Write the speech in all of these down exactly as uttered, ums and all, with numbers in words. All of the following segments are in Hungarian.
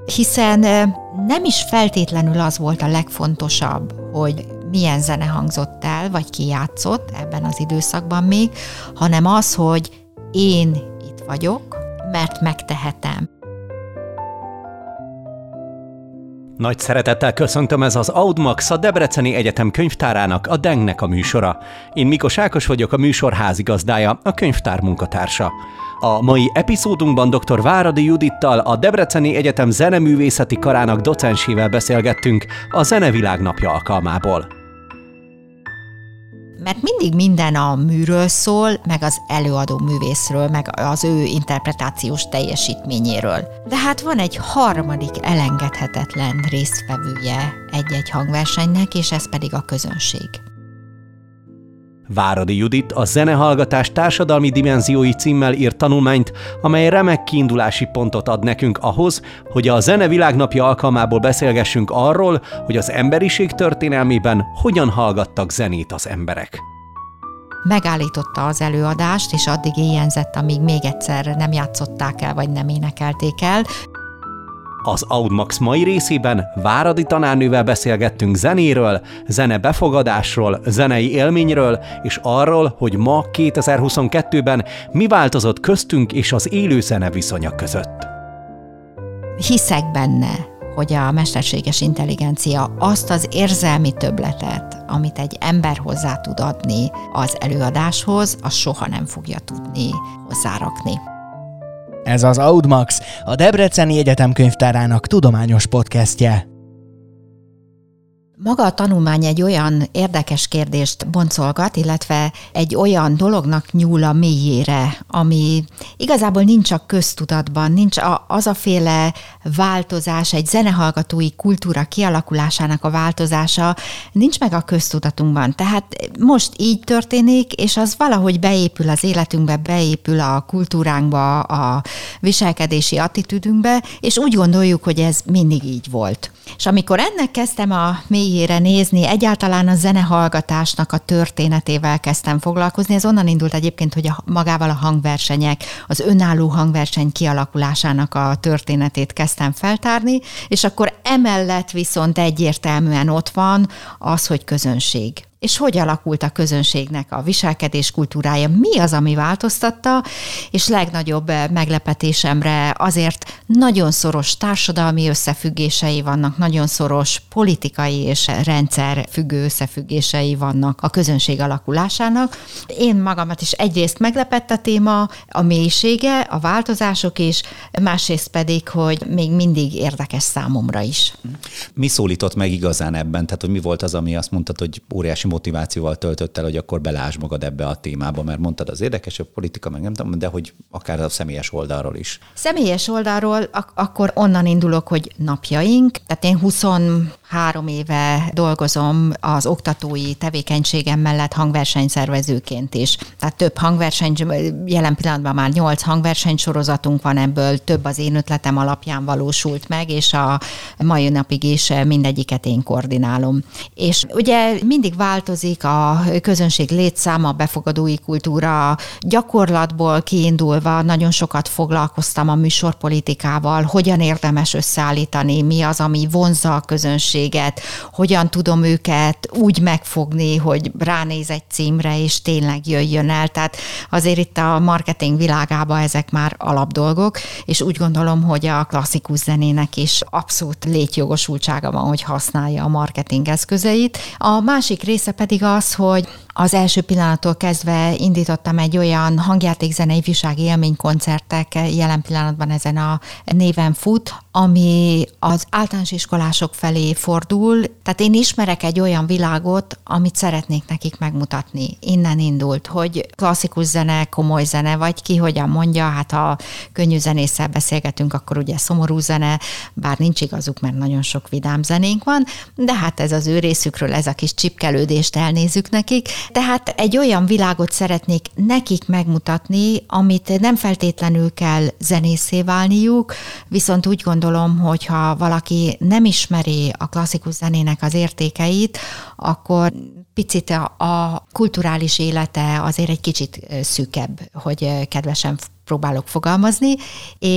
hiszen nem is feltétlenül az volt a legfontosabb, hogy milyen zene hangzott el, vagy ki játszott ebben az időszakban még, hanem az, hogy én itt vagyok, mert megtehetem. Nagy szeretettel köszöntöm, ez az Audmax, a Debreceni Egyetem könyvtárának, a dengnek a műsora. Én Mikos Ákos vagyok, a műsor házigazdája, a könyvtár munkatársa. A mai epizódunkban dr. Váradi Judittal, a Debreceni Egyetem zeneművészeti karának docensével beszélgettünk a Zene Világnapja alkalmából. Mert mindig minden a műről szól, meg az előadó művészről, meg az ő interpretációs teljesítményéről. De hát van egy harmadik elengedhetetlen résztvevője egy-egy hangversenynek, és ez pedig a közönség. Váradi Judit a Zenehallgatás társadalmi dimenziói címmel írt tanulmányt, amely remek kiindulási pontot ad nekünk ahhoz, hogy a Zene Világnapja alkalmából beszélgessünk arról, hogy az emberiség történelmében hogyan hallgattak zenét az emberek. Megállította az előadást, és addig éjjenzett, amíg még egyszer nem játszották el, vagy nem énekelték el. Az Audmax mai részében Váradi tanárnővel beszélgettünk zenéről, zene befogadásról, zenei élményről, és arról, hogy ma kétezer-huszonkettőben mi változott köztünk és az élő zene viszonya között. Hiszek benne, hogy a mesterséges intelligencia azt az érzelmi többletet, amit egy ember hozzá tud adni az előadáshoz, azt soha nem fogja tudni hozzárakni. Ez az Audmax, a Debreceni Egyetem könyvtárának tudományos podcastje. Maga a tanulmány egy olyan érdekes kérdést boncolgat, illetve egy olyan dolognak nyúl a mélyére, ami igazából nincs a köztudatban, nincs a, az a féle változás, egy zenehallgatói kultúra kialakulásának a változása, nincs meg a köztudatunkban. Tehát most így történik, és az valahogy beépül az életünkbe, beépül a kultúránkba, a viselkedési attitűdünkbe, és úgy gondoljuk, hogy ez mindig így volt. És amikor ennek kezdtem a mélyére nézni, egyáltalán a zenehallgatásnak a történetével kezdtem foglalkozni, ez onnan indult egyébként, hogy a, magával a hangversenyek, az önálló hangverseny kialakulásának a történetét kezdtem feltárni, és akkor emellett viszont egyértelműen ott van az, hogy közönség. És hogy alakult a közönségnek a viselkedés kultúrája, mi az, ami változtatta, és legnagyobb meglepetésemre azért nagyon szoros társadalmi összefüggései vannak, nagyon szoros politikai és rendszerfüggő összefüggései vannak a közönség alakulásának. Én magamat is egyrészt meglepett a téma, a mélysége, a változások is, másrészt pedig, hogy még mindig érdekes számomra is. Mi szólított meg igazán ebben? Tehát, hogy mi volt az, ami azt mondtad, hogy óriási motivációval töltött el, hogy akkor belásd magad ebbe a témába, mert mondtad az érdekes, a politika, meg nem tudom, de hogy akár a személyes oldalról is. Személyes oldalról ak- akkor onnan indulok, hogy napjaink, tehát én huszonhárom éve dolgozom az oktatói tevékenységem mellett hangversenyszervezőként is. Tehát több hangverseny, jelen pillanatban már nyolc hangversenysorozatunk van, ebből több az én ötletem alapján valósult meg, és a mai napig is mindegyiket én koordinálom. És ugye mindig változik a közönség létszáma, a befogadói kultúra, gyakorlatból kiindulva nagyon sokat foglalkoztam a műsorpolitikával, hogyan érdemes összeállítani, mi az, ami vonzza a közönséget, hogyan tudom őket úgy megfogni, hogy ránéz egy címre, és tényleg jöjjön el. Tehát azért itt a marketing világában ezek már alapdolgok, és úgy gondolom, hogy a klasszikus zenének is abszolút létjogosultsága van, hogy használja a marketing eszközeit. A másik része pedig az, hogy az első pillanattól kezdve indítottam egy olyan hangjátékzenei ifjúsági élménykoncertek, jelen pillanatban ezen a néven fut, ami az általános iskolások felé fordul. Tehát én ismerek egy olyan világot, amit szeretnék nekik megmutatni. Innen indult, hogy klasszikus zene, komoly zene, vagy ki hogyan mondja, hát ha könnyű zenésszel beszélgetünk, akkor ugye szomorú zene, bár nincs igazuk, mert nagyon sok vidám zenénk van, de hát ez az ő részükről, ez a kis csipkelődést elnézzük nekik. Tehát egy olyan világot szeretnék nekik megmutatni, amit nem feltétlenül kell zenészé válniuk, viszont úgy gondolom, hogyha valaki nem ismeri a klasszikus zenének az értékeit, akkor picit a, a kulturális élete azért egy kicsit szűkebb, hogy kedvesen próbálok fogalmazni, és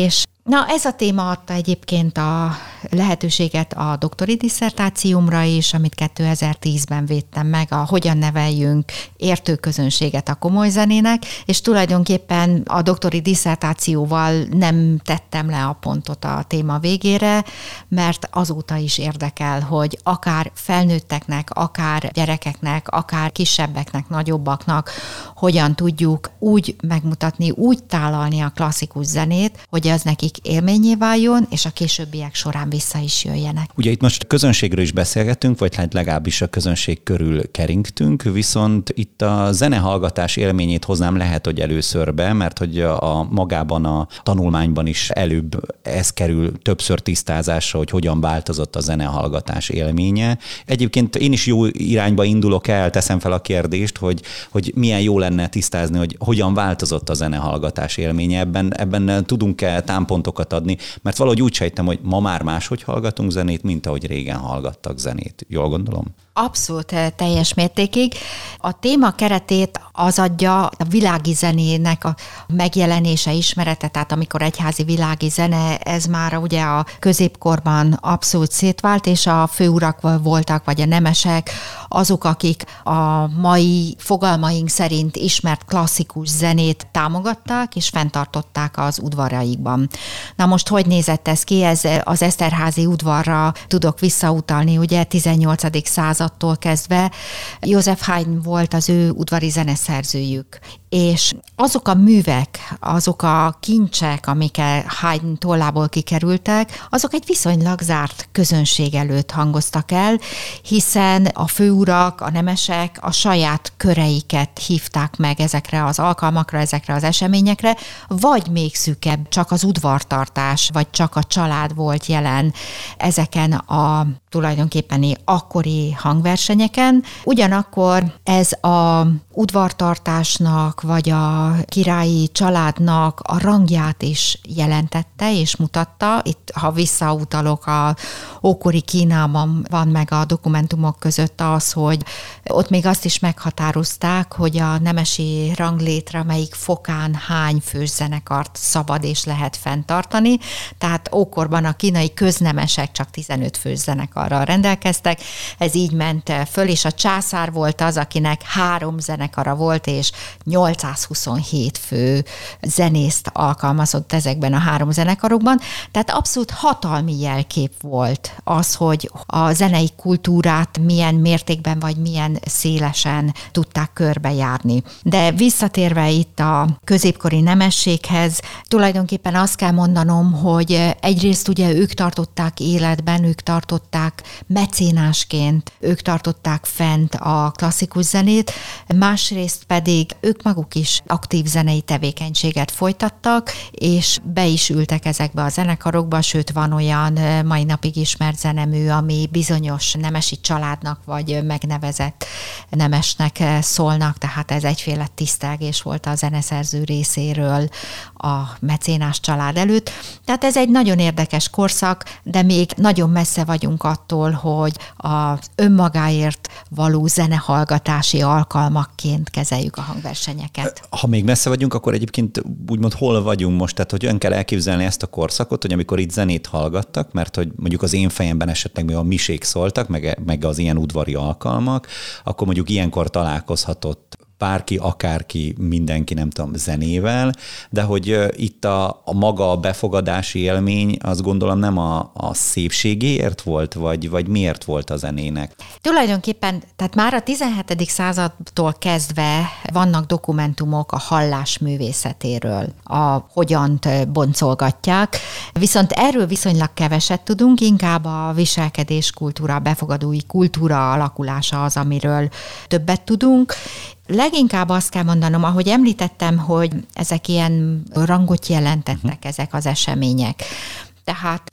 Na, ez a téma adta egyébként a lehetőséget a doktori disszertációmra is, amit kétezer-tízben védtem meg, a hogyan neveljünk értő közönséget a komoly zenének, és tulajdonképpen a doktori disszertációval nem tettem le a pontot a téma végére, mert azóta is érdekel, hogy akár felnőtteknek, akár gyerekeknek, akár kisebbeknek, nagyobbaknak hogyan tudjuk úgy megmutatni, úgy tálalni a klasszikus zenét, hogy az nekik élményé váljon, és a későbbiek során vissza is jöjjenek. Ugye itt most közönségről is beszélgetünk, vagy hát legalábbis a közönség körül keringtünk, viszont itt a zenehallgatás élményét hoznám lehet, hogy először be, mert hogy a magában a tanulmányban is előbb ez kerül többször tisztázásra, hogy hogyan változott a zenehallgatás élménye. Egyébként én is jó irányba indulok el, teszem fel a kérdést, hogy, hogy milyen jó lenne tisztázni, hogy hogyan változott a zenehallgatás élménye. Ebben, ebben tudunk-e támpontokat adni, mert valahogy úgy sejtem, hogy ma már máshogy hallgatunk zenét, mint ahogy régen hallgattak zenét. Jól gondolom? Abszolút teljes mértékig. A téma keretét az adja a világi zenének a megjelenése, ismerete, tehát amikor egyházi világi zene, ez már ugye a középkorban abszolút szétvált, és a főurak voltak, vagy a nemesek, azok, akik a mai fogalmaink szerint ismert klasszikus zenét támogatták, és fenntartották az udvaraikban. Na most hogy nézett ez ki? Ez az Eszterházi udvarra tudok visszautalni, ugye tizennyolcadik századtól kezdve. József Haydn volt az ő udvari zeneszerzőjük, és azok a művek, azok a kincsek, amik Haydn tollából kikerültek, azok egy viszonylag zárt közönség előtt hangoztak el, hiszen a főurak, a nemesek a saját köreiket hívták meg ezekre az alkalmakra, ezekre az eseményekre, vagy még szűkebb, csak az udvartartás, vagy csak a család volt jelen ezeken a tulajdonképpeni akkori hangversenyeken. Ugyanakkor ez a udvartartásnak, vagy a királyi családnak a rangját is jelentette és mutatta. Itt, ha visszautalok, a ókori Kínában van meg a dokumentumok között az, hogy ott még azt is meghatározták, hogy a nemesi ranglétre melyik fokán hány fős zenekart szabad és lehet fenntartani. Tehát ókorban a kínai köznemesek csak tizenöt fős zenekarral rendelkeztek. Ez így ment föl, és a császár volt az, akinek három zenekara volt, és nyolcszázhuszonhét fő zenészt alkalmazott ezekben a három zenekarokban. Tehát abszolút hatalmi jelkép volt az, hogy a zenei kultúrát milyen mértékben vagy milyen szélesen tudták körbejárni. De visszatérve itt a középkori nemességhez, tulajdonképpen azt kell mondanom, hogy egyrészt ugye ők tartották életben, ők tartották mecénásként, ők tartották fent a klasszikus zenét, másrészt pedig ők maguk is aktív zenei tevékenységet folytattak, és be is ültek ezekbe a zenekarokba, sőt van olyan mai napig ismert zenemű, ami bizonyos nemesi családnak vagy megnevezett nemesnek szólnak, tehát ez egyféle tisztelgés volt a zeneszerző részéről a mecénás család előtt. Tehát ez egy nagyon érdekes korszak, de még nagyon messze vagyunk attól, hogy az önmagáért való zenehallgatási alkalmakként kezeljük a hangversenyeket. Ha még messze vagyunk, akkor egyébként úgymond hol vagyunk most? Tehát, hogy ön kell elképzelni ezt a korszakot, hogy amikor itt zenét hallgattak, mert hogy mondjuk az én fejemben esetleg még a misék szóltak, meg, meg az ilyen udvari alkalmak, akkor mondjuk ilyenkor találkozhatott bárki, akárki, mindenki, nem tudom, zenével, de hogy uh, itt a, a maga a befogadási élmény, azt gondolom nem a, a szépségéért volt, vagy, vagy miért volt a zenének? Tulajdonképpen, tehát már a tizenhetedik századtól kezdve vannak dokumentumok a hallás művészetéről, a hogyant boncolgatják, viszont erről viszonylag keveset tudunk, inkább a viselkedés kultúra, a befogadói kultúra alakulása az, amiről többet tudunk. Leginkább azt kell mondanom, ahogy említettem, hogy ezek ilyen rangot jelentettek, ezek az események. Tehát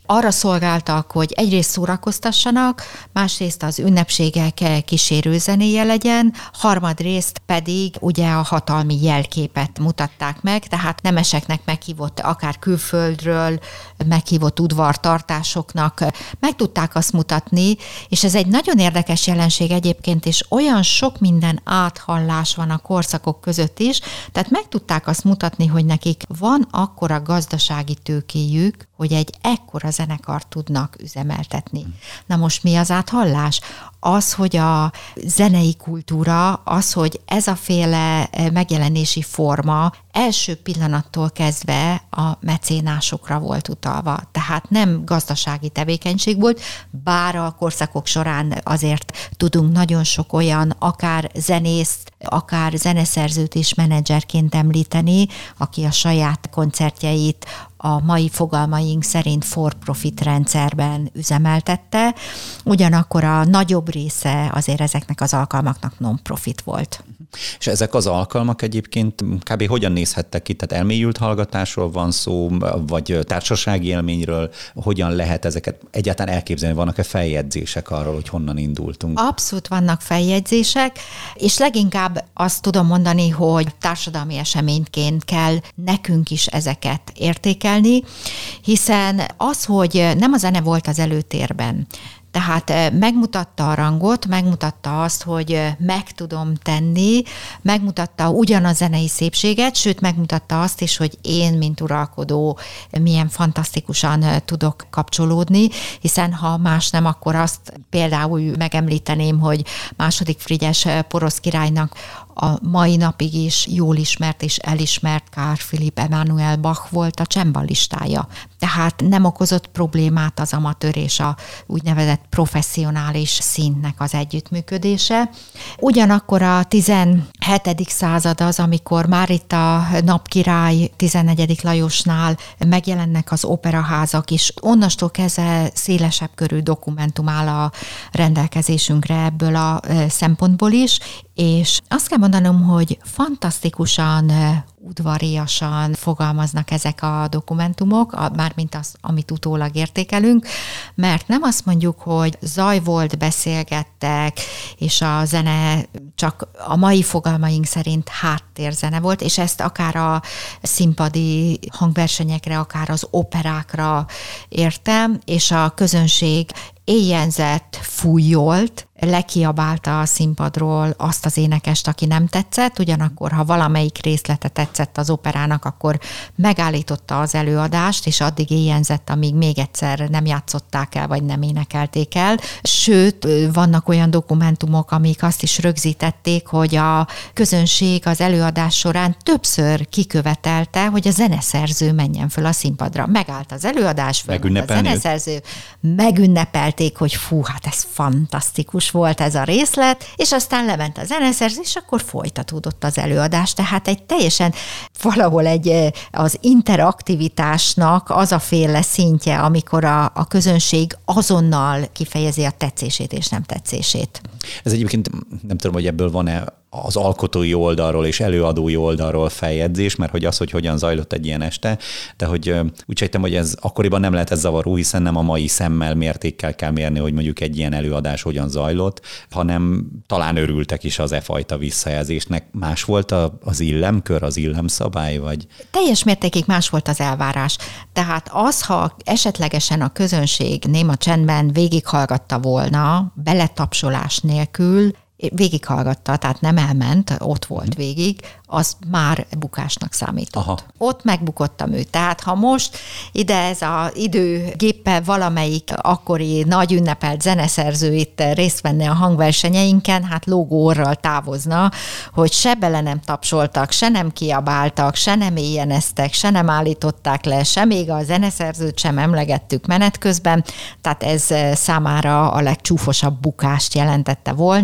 arra szolgáltak, hogy egyrészt szórakoztassanak, másrészt az ünnepségek kísérő zenéje legyen, harmadrészt pedig ugye a hatalmi jelképet mutatták meg, tehát nemeseknek meghívott akár külföldről, meghívott udvartartásoknak meg tudták azt mutatni, és ez egy nagyon érdekes jelenség egyébként, és olyan sok minden áthallás van a korszakok között is, tehát meg tudták azt mutatni, hogy nekik van akkora gazdasági tőkéjük, hogy egy ekkora zenekart tudnak üzemeltetni. Na most mi az áthallás? Az, hogy a zenei kultúra, az, hogy ez a féle megjelenési forma első pillanattól kezdve a mecénásokra volt utalva. Tehát nem gazdasági tevékenység volt, bár a korszakok során azért tudunk nagyon sok olyan, akár zenészt, akár zeneszerzőt is menedzserként említeni, aki a saját koncertjeit a mai fogalmaink szerint for-profit rendszerben üzemeltette, ugyanakkor a nagyobb része azért ezeknek az alkalmaknak non-profit volt. És ezek az alkalmak egyébként kb. Hogyan nézhettek ki? Tehát elmélyült hallgatásról van szó, vagy társasági élményről? Hogyan lehet ezeket egyáltalán elképzelni? Vannak-e feljegyzések arról, hogy honnan indultunk? Abszolút vannak feljegyzések, és leginkább azt tudom mondani, hogy társadalmi eseményként kell nekünk is ezeket értékelni, hiszen az, hogy nem a zene volt az előtérben, tehát megmutatta a rangot, megmutatta azt, hogy meg tudom tenni, megmutatta ugyan a zenei szépséget, sőt megmutatta azt is, hogy én, mint uralkodó, milyen fantasztikusan tudok kapcsolódni, hiszen ha más nem, akkor azt például megemlíteném, hogy második Frigyes porosz királynak a mai napig is jól ismert és elismert Carl Philipp Emanuel Bach volt a csemballistája. Tehát nem okozott problémát az amatőr és a úgynevezett professzionális szintnek az együttműködése. Ugyanakkor a tizenhetedik század az, amikor már itt a napkirály tizennegyedik Lajosnál megjelennek az operaházak, és onnastól kezdve szélesebb körű dokumentum áll a rendelkezésünkre ebből a szempontból is, és azt kell mondanom, hogy fantasztikusan udvariasan fogalmaznak ezek a dokumentumok, mármint az, amit utólag értékelünk, mert nem azt mondjuk, hogy zaj volt, beszélgettek, és a zene csak a mai fogalmaink szerint háttérzene volt, és ezt akár a színpadi hangversenyekre, akár az operákra értem, és a közönség éjjenzett, fújolt, lekiabálta a színpadról azt az énekest, aki nem tetszett, ugyanakkor, ha valamelyik részlete tetszett az operának, akkor megállította az előadást, és addig éjjenzett, amíg még egyszer nem játszották el, vagy nem énekelték el. Sőt, vannak olyan dokumentumok, amik azt is rögzítették, hogy a közönség az előadás során többször kikövetelte, hogy a zeneszerző menjen föl a színpadra. Megállt az előadás, föl a zeneszerző, megünnepelték, hogy fú, hát ez fantasztikus volt ez a részlet, és aztán lement a zeneszerző, és akkor folytatódott az előadás. Tehát egy teljesen valahol egy az interaktivitásnak az a féle szintje, amikor a, a közönség azonnal kifejezi a tetszését és nem tetszését. Ez egyébként nem tudom, hogy ebből van-e az alkotói oldalról és előadói oldalról feljegyzés, mert hogy az, hogy hogyan zajlott egy ilyen este, de hogy úgy sejtem, hogy ez akkoriban nem lehet ez zavaró, hiszen nem a mai szemmel, mértékkel kell mérni, hogy mondjuk egy ilyen előadás hogyan zajlott, hanem talán örültek is az e fajta visszajelzésnek. Más volt a, az illemkör, az illemszabály, vagy? Teljes mértékig más volt az elvárás. Tehát az, ha esetlegesen a közönség néma csendben végighallgatta volna, beletapsolás nélkül, végighallgatta, tehát nem elment, ott volt végig, az már bukásnak számított. Aha. Ott megbukottam őt. Tehát ha most ide ez az időgéppel valamelyik akkori nagy ünnepelt zeneszerző itt részt venne a hangversenyeinken, hát lógó orral távozna, hogy se bele nem tapsoltak, se nem kiabáltak, se nem éjjeneztek, se nem állították le, se még a zeneszerzőt sem emlegettük menet közben, tehát ez számára a legcsúfosabb bukást jelentette volna.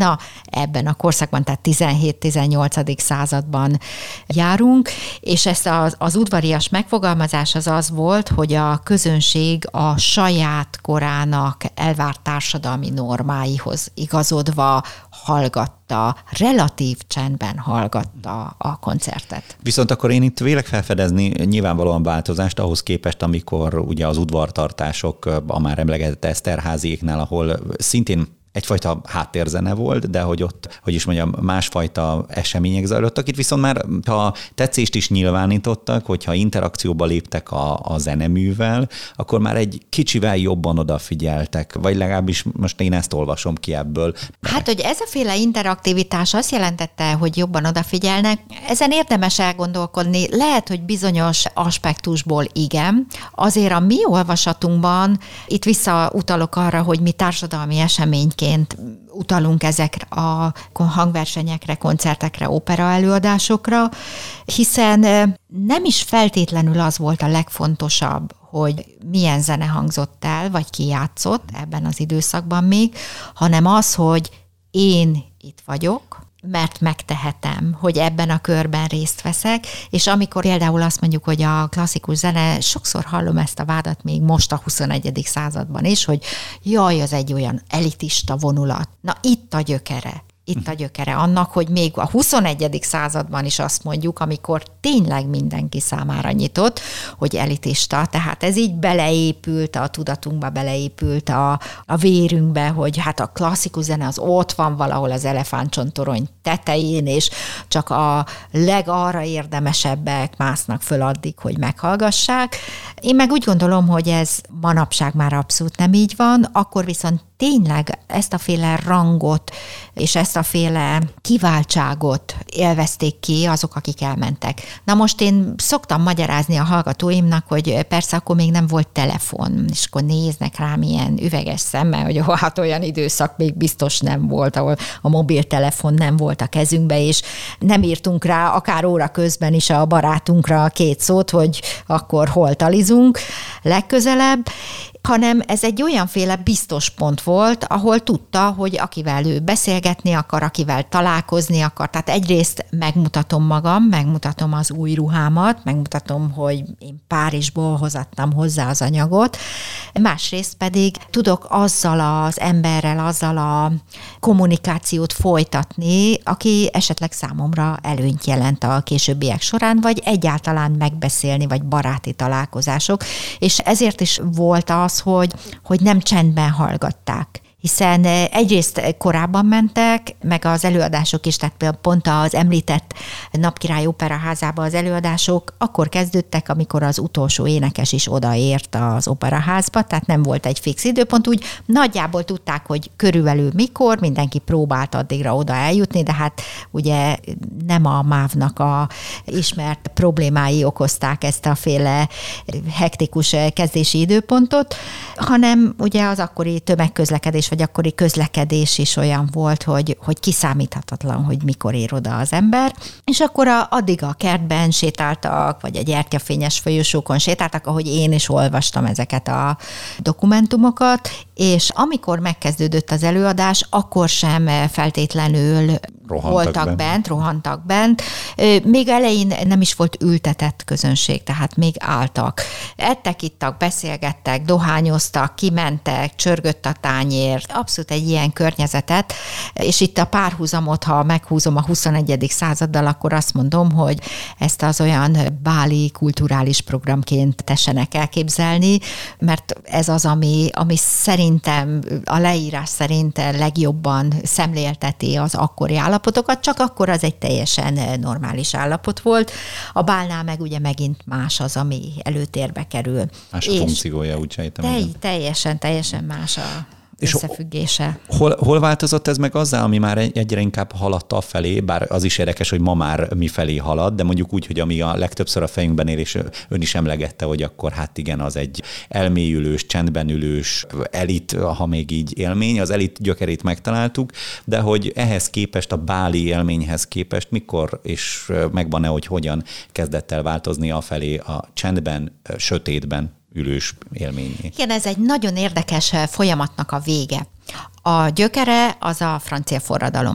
ebben a korszakban, tehát tizenhét-tizennyolcadik században járunk, és ezt az, az udvarias megfogalmazás az az volt, hogy a közönség a saját korának elvárt társadalmi normáihoz igazodva hallgatta, relatív csendben hallgatta a koncertet. Viszont akkor én itt vélek felfedezni nyilvánvalóan változást ahhoz képest, amikor ugye az udvartartások a már emlegetett Eszterháziéknál, ahol szintén egyfajta háttérzene volt, de hogy ott, hogy is mondjam, másfajta események zajlottak. Itt viszont már, ha tetszést is nyilvánítottak, hogyha interakcióba léptek a, a zeneművel, akkor már egy kicsivel jobban odafigyeltek, vagy legalábbis most én ezt olvasom ki ebből. Hát, hogy ez a féle interaktivitás azt jelentette, hogy jobban odafigyelnek, ezen érdemes elgondolkodni. Lehet, hogy bizonyos aspektusból igen. Azért a mi olvasatunkban, itt visszautalok arra, hogy mi társadalmi esemény utalunk ezekre a hangversenyekre, koncertekre, opera előadásokra, hiszen nem is feltétlenül az volt a legfontosabb, hogy milyen zene hangzott el, vagy ki játszott ebben az időszakban még, hanem az, hogy én itt vagyok, mert megtehetem, hogy ebben a körben részt veszek, és amikor például azt mondjuk, hogy a klasszikus zene, sokszor hallom ezt a vádat még most a huszonegyedik században is, hogy jaj, az egy olyan elitista vonulat. Na itt a gyökere. Itt a gyökere annak, hogy még a huszonegyedik században is azt mondjuk, amikor tényleg mindenki számára nyitott, hogy elitista, tehát ez így beleépült a tudatunkba, beleépült a, a vérünkbe, hogy hát a klasszikus zene az ott van valahol az elefántcsontorony tetején, és csak a legarra érdemesebbek másznak föl addig, hogy meghallgassák. Én meg úgy gondolom, hogy ez manapság már abszolút nem így van, akkor viszont tényleg ezt a féle rangot és ezt a féle kiváltságot élvezték ki azok, akik elmentek. Na most én szoktam magyarázni a hallgatóimnak, hogy persze akkor még nem volt telefon, és akkor néznek rám ilyen üveges szemmel, hogy hát olyan időszak még biztos nem volt, ahol a mobiltelefon nem volt a kezünkbe, és nem írtunk rá akár óra közben is a barátunkra két szót, hogy akkor hol talizunk legközelebb, hanem ez egy olyanféle biztos pont volt, ahol tudta, hogy akivel ő beszélgetni akar, akivel találkozni akar. Tehát egyrészt megmutatom magam, megmutatom az új ruhámat, megmutatom, hogy én Párizsból hozattam hozzá az anyagot, másrészt pedig tudok azzal az emberrel, azzal a kommunikációt folytatni, aki esetleg számomra előnyt jelent a későbbiek során, vagy egyáltalán megbeszélni, vagy baráti találkozások. És ezért is volt az, hogy, hogy nem csendben hallgatták. Hiszen egyrészt korábban mentek, meg az előadások is, tehát pont az említett Napkirály Operaházába az előadások akkor kezdődtek, amikor az utolsó énekes is odaért az operaházba, tehát nem volt egy fix időpont, úgy nagyjából tudták, hogy körülbelül mikor, mindenki próbált addigra oda eljutni, de hát ugye nem a mávnak a ismert problémái okozták ezt a féle hektikus kezdési időpontot, hanem ugye az akkori tömegközlekedés vagy akkori közlekedés is olyan volt, hogy, hogy kiszámíthatatlan, hogy mikor ér oda az ember, és akkor a, addig a kertben sétáltak, vagy a gyertyafényes folyosókon sétáltak, ahogy én is olvastam ezeket a dokumentumokat, és amikor megkezdődött az előadás, akkor sem feltétlenül rohantak voltak bent. bent, rohantak bent. Még elején nem is volt ültetett közönség, tehát még álltak. Ettek, ittak, beszélgettek, dohányoztak, kimentek, csörgött a tányér, abszolút egy ilyen környezetet, és itt a párhuzamot, ha meghúzom a huszonegyedik századdal, akkor azt mondom, hogy ezt az olyan báli kulturális programként tessenek elképzelni, mert ez az, ami, ami szerintem a leírás szerint legjobban szemlélteti az akkori állapotokat, csak akkor az egy teljesen normális állapot volt. A bálnál meg ugye megint más az, ami előtérbe kerül. Más a funkciója, úgy sejtem. Telj, teljesen, teljesen más a összefüggése. Hol, hol változott ez meg azzal, ami már egyre inkább haladt afelé, bár az is érdekes, hogy ma már mi felé halad, de mondjuk úgy, hogy ami a legtöbbször a fejünkben él, és ön is emlegette, hogy akkor hát igen, az egy elmélyülős, csendben ülős elit, ha még így élmény, az elit gyökerét megtaláltuk, de hogy ehhez képest, a báli élményhez képest mikor és megvan-e, hogy hogyan kezdett el változni afelé a csendben, sötétben ülős élményé. Igen, ez egy nagyon érdekes folyamatnak a vége. A gyökere az a francia forradalom.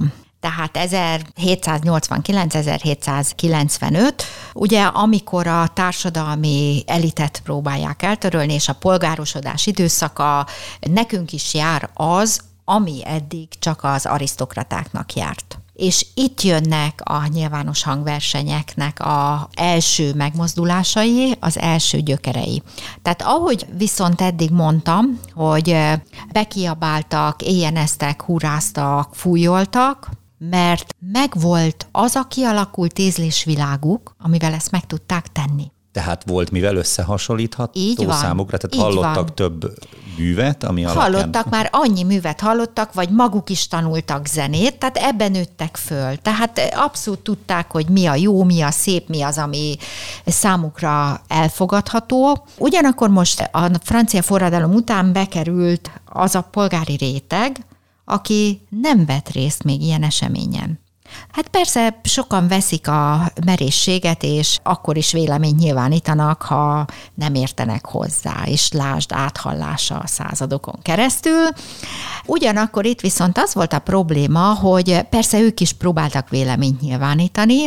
tehát ezerhétszáznyolcvankilenc ezerhétszázkilencvenöt, ugye amikor a társadalmi elitet próbálják eltörölni, és a polgárosodás időszaka, nekünk is jár az, ami eddig csak az arisztokratáknak járt. És itt jönnek a nyilvános hangversenyeknek az első megmozdulásai, az első gyökerei. Tehát ahogy viszont eddig mondtam, hogy bekiabáltak, éjjeneztek, hurráztak, fújoltak, mert megvolt az a kialakult ízlésviláguk, amivel ezt meg tudták tenni. Tehát volt mivel összehasonlítható számukra, tehát így hallottak van. több művet, ami Hallottak alapján... már, annyi művet hallottak, vagy maguk is tanultak zenét, tehát ebben nőttek föl. Tehát abszolút tudták, hogy mi a jó, mi a szép, mi az, ami számukra elfogadható. Ugyanakkor most a francia forradalom után bekerült az a polgári réteg, aki nem vett részt még ilyen eseményen. Hát persze sokan veszik a merészséget, és akkor is véleményt nyilvánítanak, ha nem értenek hozzá, és lásd áthallása a századokon keresztül. Ugyanakkor itt viszont az volt a probléma, hogy persze ők is próbáltak véleményt nyilvánítani,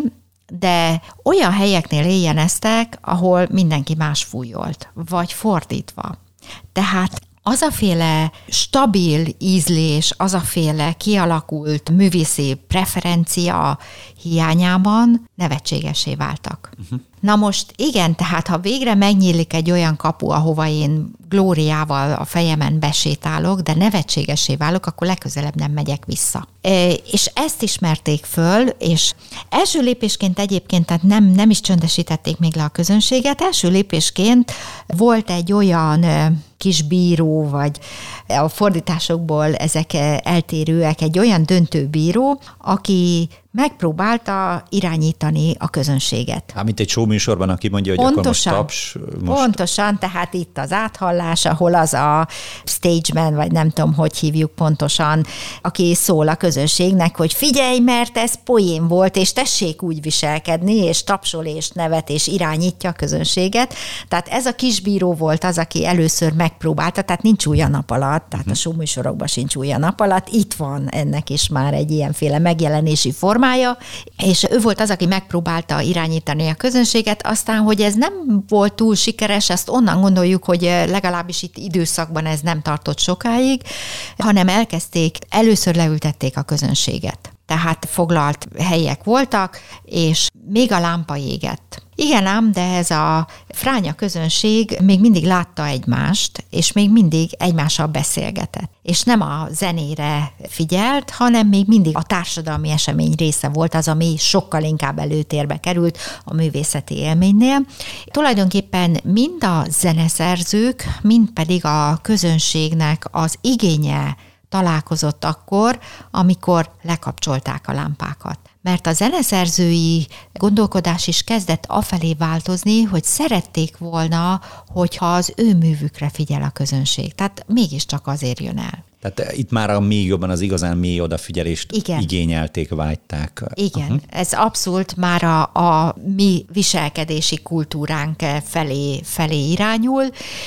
de olyan helyeknél éjjeneztek, ahol mindenki más fújolt, vagy fordítva. Tehát az a féle stabil ízlés, az a féle kialakult művészi preferencia hiányában nevetségesé váltak. Uh-huh. Na most igen, tehát ha végre megnyílik egy olyan kapu, ahova én glóriával a fejemen besétálok, de nevetségesé válok, akkor legközelebb nem megyek vissza. E, és ezt ismerték föl, és első lépésként egyébként, tehát nem, nem is csöndesítették még le a közönséget, első lépésként volt egy olyan kis bíró, vagy a fordításokból ezek eltérőek, egy olyan döntőbíró, aki megpróbálta irányítani a közönséget. Hát, mint egy showműsorban, aki mondja, hogy pontosan, akkor most taps. Most... Pontosan, tehát itt az áthallás, ahol az a stageman, vagy nem tudom, hogy hívjuk pontosan, aki szól a közönségnek, hogy figyelj, mert ez poén volt, és tessék úgy viselkedni, és tapsol, és nevet, és irányítja a közönséget. Tehát ez a kisbíró volt az, aki először megpróbálta, tehát nincs új a nap alatt, tehát uh-huh. a showműsorokban sincs új a nap alatt, itt van ennek is már egy ilyenféle megjelenési formája, és ő volt az, aki megpróbálta irányítani a közönséget, aztán, hogy ez nem volt túl sikeres, ezt onnan gondoljuk, hogy legalábbis itt időszakban ez nem tartott sokáig, hanem elkezdték, először leültették a közönséget. Tehát foglalt helyek voltak, és még a lámpa égett. Igen ám, de ez a fránya közönség még mindig látta egymást, és még mindig egymással beszélgetett. És nem a zenére figyelt, hanem még mindig a társadalmi esemény része volt az, ami sokkal inkább előtérbe került a művészeti élménynél. Tulajdonképpen mind a zeneszerzők, mind pedig a közönségnek az igénye találkozott akkor, amikor lekapcsolták a lámpákat. Mert a zeneszerzői gondolkodás is kezdett afelé változni, hogy szerették volna, hogyha az ő művükre figyel a közönség. Tehát mégiscsak azért jön el. Tehát itt már a még jobban az igazán mély odafigyelést igen. igényelték, vágyták. Igen, uh-huh. ez abszolút már a, a mi viselkedési kultúránk felé, felé irányul,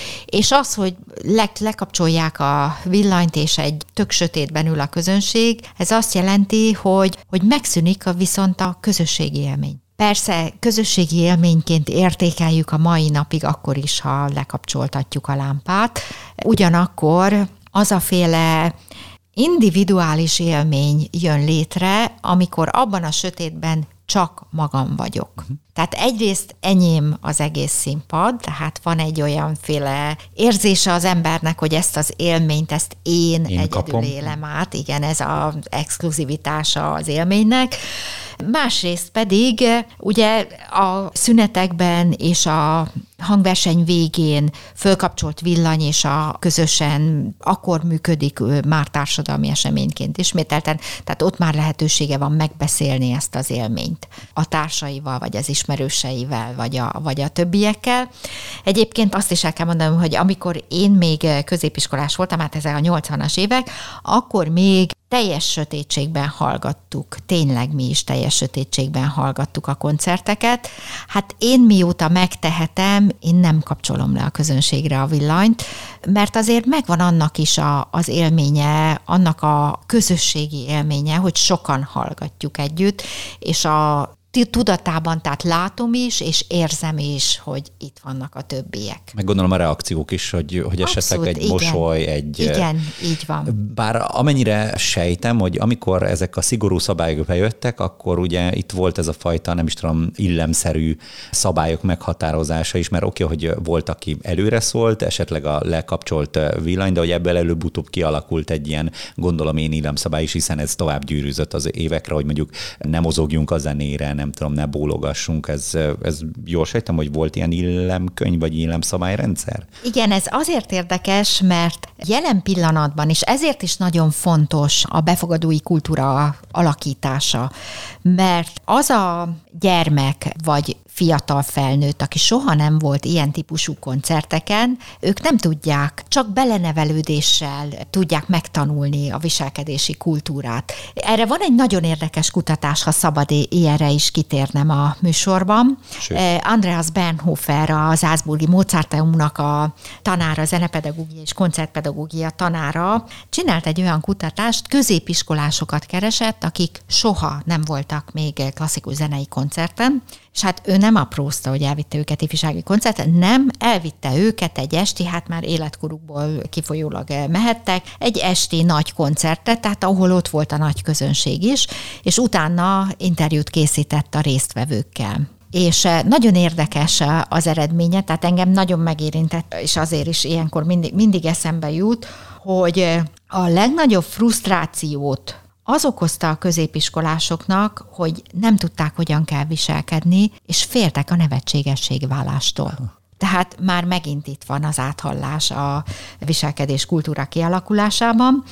és az, hogy le, lekapcsolják a villanyt, és egy tök sötétben ül a közönség, ez azt jelenti, hogy, hogy megszűnik a, viszont a közösségi élmény. Persze közösségi élményként értékeljük a mai napig akkor is, ha lekapcsoltatjuk a lámpát, ugyanakkor az a féle individuális élmény jön létre, amikor abban a sötétben csak magam vagyok. Uh-huh. Tehát egyrészt enyém az egész színpad, tehát van egy olyanféle érzése az embernek, hogy ezt az élményt, ezt én, én egyedül kapom. Élem át. Igen, ez az exkluzivitása az élménynek. Másrészt pedig ugye a szünetekben és a hangverseny végén fölkapcsolt villany, és a közösen akkor működik már társadalmi eseményként ismételten, tehát ott már lehetősége van megbeszélni ezt az élményt a társaival, vagy az ismerőseivel, vagy a, vagy a többiekkel. Egyébként azt is el kell mondanom, hogy amikor én még középiskolás voltam, hát ezek a nyolcvanas évek, akkor még teljes sötétségben hallgattuk, tényleg mi is teljes sötétségben hallgattuk a koncerteket. Hát én mióta megtehetem, én nem kapcsolom le a közönségre a villanyt, mert azért megvan annak is a, az élménye, annak a közösségi élménye, hogy sokan hallgatjuk együtt, és a tudatában, tehát látom is, és érzem is, hogy itt vannak a többiek. Meg gondolom a reakciók is, hogy, hogy esetleg Abszolút, egy igen. mosoly, egy... Igen, így van. Bár amennyire sejtem, hogy amikor ezek a szigorú szabályok bejöttek, akkor ugye itt volt ez a fajta, nem is tudom, illemszerű szabályok meghatározása is, mert oké, hogy volt, aki előre szólt, esetleg a lekapcsolt villany, de hogy ebből előbb-utóbb kialakult egy ilyen, gondolom én illemszabály is, hiszen ez tovább gyűrűzött az évekre, hogy mondjuk nem mozogjunk a zenére, nem tudom, ne bólogassunk. Ez, ez jól sejtem, hogy volt ilyen illemkönyv, vagy illemszabályrendszer? Igen, ez azért érdekes, mert jelen pillanatban, és ezért is nagyon fontos a befogadói kultúra alakítása, mert az a gyermek, vagy fiatal felnőtt, aki soha nem volt ilyen típusú koncerteken, ők nem tudják, csak belenevelődéssel tudják megtanulni a viselkedési kultúrát. Erre van egy nagyon érdekes kutatás, ha szabad ilyenre is kitérnem a műsorban. Sőt. Andreas Bernhofer, az Salzburgi Mozarteumnak a tanára, zenepedagógia és koncertpedagógia tanára csinált egy olyan kutatást, középiskolásokat keresett, akik soha nem voltak még klasszikus zenei koncerten, és hát ő nem aprózta, hogy elvitte őket ifjúsági koncertre, nem, elvitte őket egy esti, hát már életkorukból kifolyólag mehettek, egy esti nagy koncertet, tehát ahol ott volt a nagy közönség is, és utána interjút készített a résztvevőkkel. És nagyon érdekes az eredménye, tehát engem nagyon megérintett, és azért is ilyenkor mindig, mindig eszembe jut, hogy a legnagyobb frusztrációt az okozta a középiskolásoknak, hogy nem tudták, hogyan kell viselkedni, és féltek a nevetségességvállástól. Tehát már megint itt van az áthallás a viselkedés kultúra kialakulásában,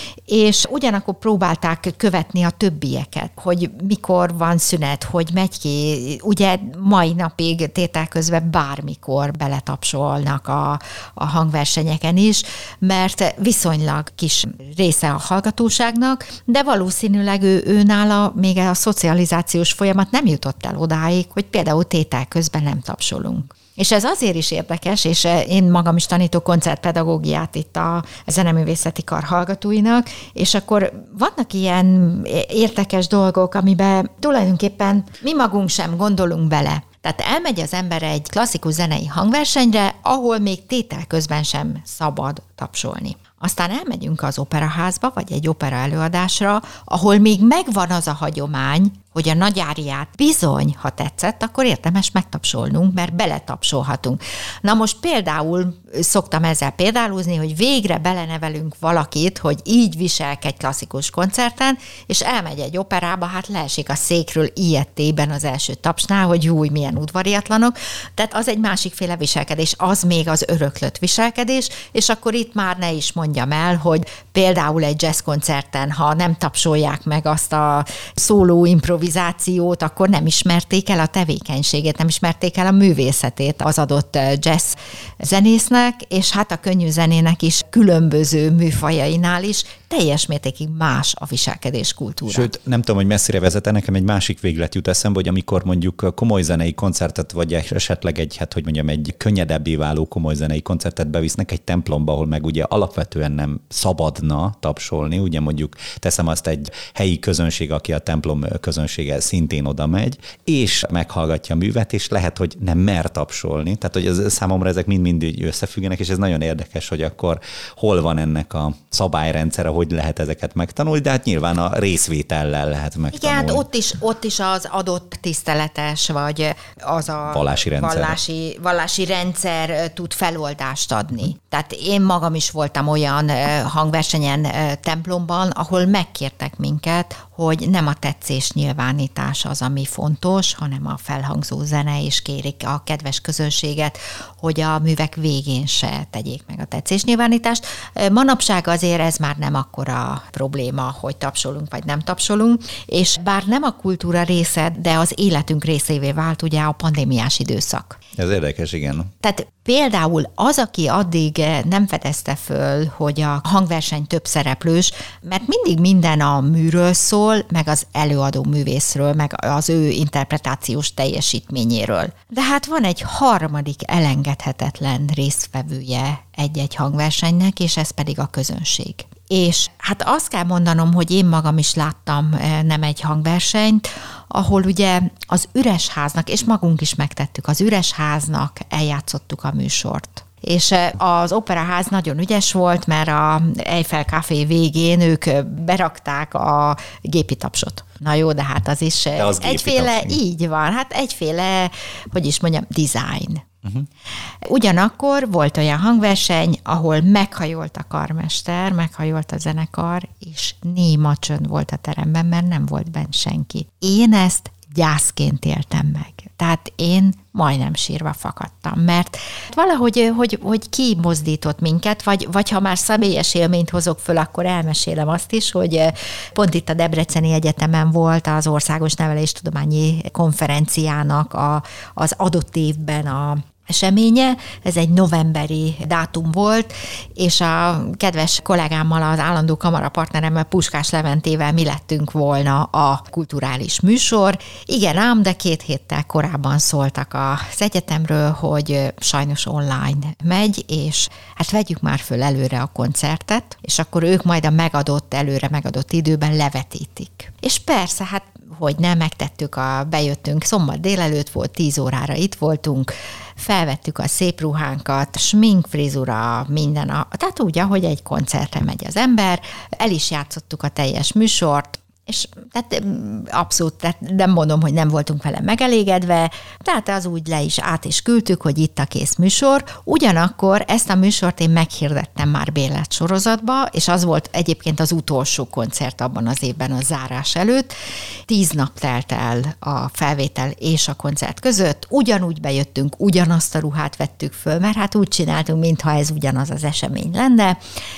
és ugyanakkor próbálták követni a többieket, hogy mikor van szünet, hogy megy ki, ugye mai napig tételközben bármikor beletapsolnak a, a hangversenyeken is, mert viszonylag kis része a hallgatóságnak, de valószínűleg ő, ő nála még a szocializációs folyamat nem jutott el odáig, hogy például tételközben nem tapsolunk. És ez azért is érdekes, és én magam is tanítok koncertpedagógiát itt a Zeneművészeti Kar hallgatóinak, és akkor vannak ilyen érdekes dolgok, amiben tulajdonképpen mi magunk sem gondolunk bele. Tehát elmegy az ember egy klasszikus zenei hangversenyre, ahol még tétel közben sem szabad tapsolni. Aztán elmegyünk az operaházba, vagy egy opera előadásra, ahol még megvan az a hagyomány, hogy a nagy áriát bizony, ha tetszett, akkor érdemes megtapsolnunk, mert beletapsolhatunk. Na most például szoktam ezzel példálózni, hogy végre belenevelünk valakit, hogy így viselkedj klasszikus koncerten, és elmegy egy operába, hát leesik a székről ilyettében az első tapsnál, hogy júj, milyen udvariatlanok. Tehát az egy másikféle viselkedés, az még az öröklött viselkedés, és akkor itt már ne is mondjam el, hogy például egy jazzkoncerten, ha nem tapsolják meg azt a szóló improvizációt, akkor nem ismerték el a tevékenységét, nem ismerték el a művészetét az adott jazz zenésznek, és hát a könnyű zenének is különböző műfajainál is teljes mértékig más a viselkedés kultúra. Sőt, nem tudom, hogy messzire vezet, nekem egy másik véglet jut eszembe, hogy amikor mondjuk komoly zenei koncertet, vagy esetleg egy, hát hogy mondjam, egy könnyedebbé váló komoly zenei koncertet bevisznek egy templomba, ahol meg ugye alapvetően nem szabadna tapsolni, ugye mondjuk teszem azt egy helyi közönség, aki a templom közönsége szintén oda megy, és meghallgatja a művet, és lehet, hogy nem mer tapsolni. Tehát, hogy ez, számomra ezek mind-mind összefüggenek, és ez nagyon érdekes, hogy akkor hol van ennek a szabályrendszere, hogy lehet ezeket megtanulni, de hát nyilván a részvétellel lehet megtanulni. Igen, hát ott is, ott is az adott tiszteletes, vagy az a vallási rendszer. Vallási, vallási rendszer tud feloldást adni. Tehát én magam is voltam olyan hangversenyen templomban, ahol megkértek minket, hogy nem a tetszés nyilvánítás az, ami fontos, hanem a felhangzó zene, és kérik a kedves közönséget, hogy a művek végén se tegyék meg a tetszés nyilvánítást. Manapság azért ez már nem akkora probléma, hogy tapsolunk vagy nem tapsolunk, és bár nem a kultúra része, de az életünk részévé vált ugye a pandémiás időszak. Ez érdekes, igen. Tehát például az, aki addig nem fedezte föl, hogy a hangverseny több szereplős, mert mindig minden a műről szól, műsorról, meg az előadó művészről, meg az ő interpretációs teljesítményéről. De hát van egy harmadik elengedhetetlen résztvevője egy-egy hangversenynek, és ez pedig a közönség. És hát azt kell mondanom, hogy én magam is láttam nem egy hangversenyt, ahol ugye az üres háznak, és magunk is megtettük, az üres háznak eljátszottuk a műsort. És az operaház nagyon ügyes volt, mert a Eiffel Café végén ők berakták a gépi tapsot. Na jó, de hát az is az egyféle, így van, hát egyféle, hogy is mondjam, design. Uh-huh. Ugyanakkor volt olyan hangverseny, ahol meghajolt a karmester, meghajolt a zenekar, és néma csönd volt a teremben, mert nem volt bent senki. Én ezt gyászként éltem meg. Tehát én majdnem sírva fakadtam, mert valahogy hogy, hogy kimozdított minket, vagy, vagy ha már személyes élményt hozok föl, akkor elmesélem azt is, hogy pont itt a Debreceni Egyetemen volt az Országos Neveléstudományi Konferenciának a, az adott évben a eseménye, ez egy novemberi dátum volt, és a kedves kollégámmal, az állandó kamarapartneremmel, Puskás Leventével mi lettünk volna a kulturális műsor. Igen ám, de két héttel korábban szóltak az egyetemről, hogy sajnos online megy, és hát vegyük már föl előre a koncertet, és akkor ők majd a megadott, előre megadott időben levetítik. És persze, hát hogy nem, megtettük, a, bejöttünk, szombat délelőtt volt, tíz órára itt voltunk, felvettük a szép ruhánkat, smink, frizura, minden, a, tehát úgy, ahogy egy koncertre megy az ember, el is játszottuk a teljes műsort, és tehát abszolút, tehát nem mondom, hogy nem voltunk vele megelégedve, tehát az úgy le is át is küldtük, hogy itt a kész műsor. Ugyanakkor ezt a műsort én meghirdettem már Bélát sorozatba, és az volt egyébként az utolsó koncert abban az évben a zárás előtt. Tíz nap telt el a felvétel és a koncert között, ugyanúgy bejöttünk, ugyanazt a ruhát vettük föl, mert hát úgy csináltunk, mintha ez ugyanaz az esemény lenne,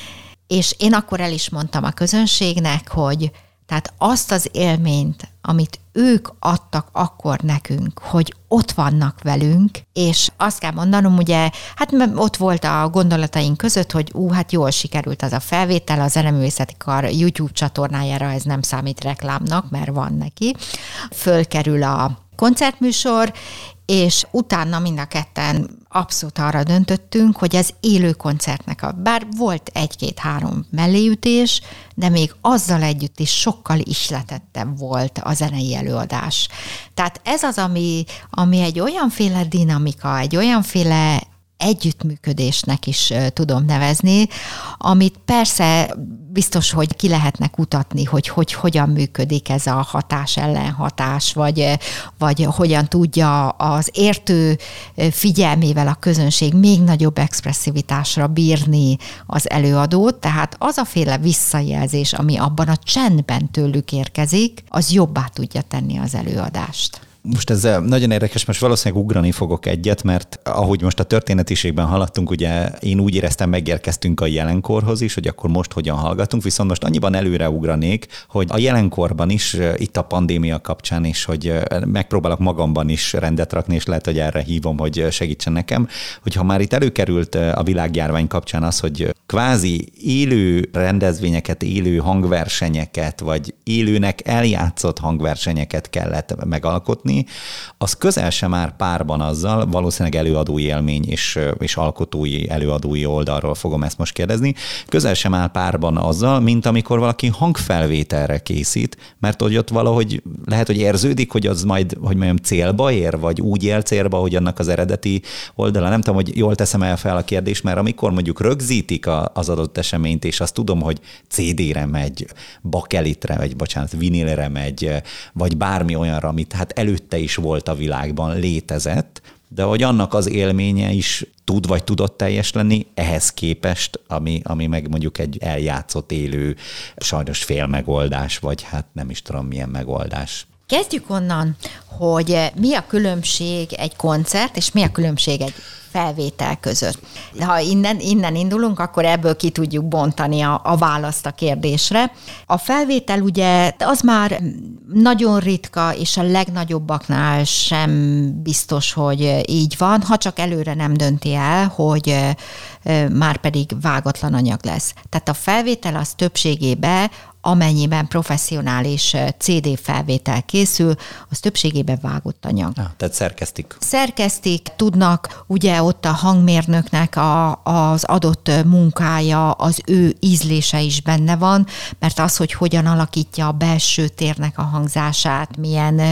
és én akkor el is mondtam a közönségnek, hogy tehát azt az élményt, amit ők adtak akkor nekünk, hogy ott vannak velünk, és azt kell mondanom, ugye, hát ott volt a gondolataink között, hogy ú, hát jól sikerült az a felvétel, a Zeneművészeti Kar YouTube csatornájára ez nem számít reklámnak, mert van neki. Fölkerül a koncertműsor, és utána mind a ketten abszolút arra döntöttünk, hogy az élő koncertnek, a, bár volt egy-két-három melléütés, de még azzal együtt is sokkal ihletettebb volt a zenei előadás. Tehát ez az, ami, ami egy olyanféle dinamika, egy olyanféle együttműködésnek is tudom nevezni, amit persze biztos, hogy ki lehetne kutatni, hogy, hogy hogyan működik ez a hatás-ellenhatás, vagy, vagy hogyan tudja az értő figyelmével a közönség még nagyobb expresszivitásra bírni az előadót, tehát az a féle visszajelzés, ami abban a csendben tőlük érkezik, az jobbá tudja tenni az előadást. Most ez nagyon érdekes, most valószínűleg ugrani fogok egyet, mert ahogy most a történetiségben haladtunk, ugye én úgy éreztem, megérkeztünk a jelenkorhoz is, hogy akkor most hogyan hallgatunk, viszont most annyiban előre ugranék, hogy a jelenkorban is, itt a pandémia kapcsán is, hogy megpróbálok magamban is rendet rakni, és lehet, hogy erre hívom, hogy segítsen nekem, hogyha már itt előkerült a világjárvány kapcsán az, hogy kvázi élő rendezvényeket, élő hangversenyeket, vagy élőnek eljátszott hangversenyeket kellett megalkotni, az közel sem már párban azzal, valószínűleg előadói élmény és, és alkotói, előadói oldalról fogom ezt most kérdezni, közel sem áll párban azzal, mint amikor valaki hangfelvételre készít, mert hogy ott valahogy lehet, hogy érződik, hogy az majd, hogy mondjam, célba ér, vagy úgy él célba, hogy annak az eredeti oldala. Nem tudom, hogy jól teszem el fel a kérdést, mert amikor mondjuk rögzítik a, az adott eseményt, és azt tudom, hogy cé dére megy, bakelitre, vagy bocsánat, vinilre megy, vagy bármi olyanra, amit hát elő te is volt a világban, létezett, de hogy annak az élménye is tud vagy tudott teljes lenni ehhez képest, ami, ami meg mondjuk egy eljátszott élő, sajnos félmegoldás, vagy hát nem is tudom milyen megoldás. Kezdjük onnan, hogy mi a különbség egy koncert, és mi a különbség egy felvétel között. Ha innen, innen indulunk, akkor ebből ki tudjuk bontani a, a választ a kérdésre. A felvétel ugye az már nagyon ritka, és a legnagyobbaknál sem biztos, hogy így van, ha csak előre nem dönti el, hogy már pedig vágatlan anyag lesz. Tehát a felvétel az többségében, amennyiben professzionális cé dé felvétel készül, az többségében vágott anyag. Ah, tehát szerkesztik. Szerkesztik, tudnak, ugye ott a hangmérnöknek a, az adott munkája, az ő ízlése is benne van, mert az, hogy hogyan alakítja a belső térnek a hangzását, milyen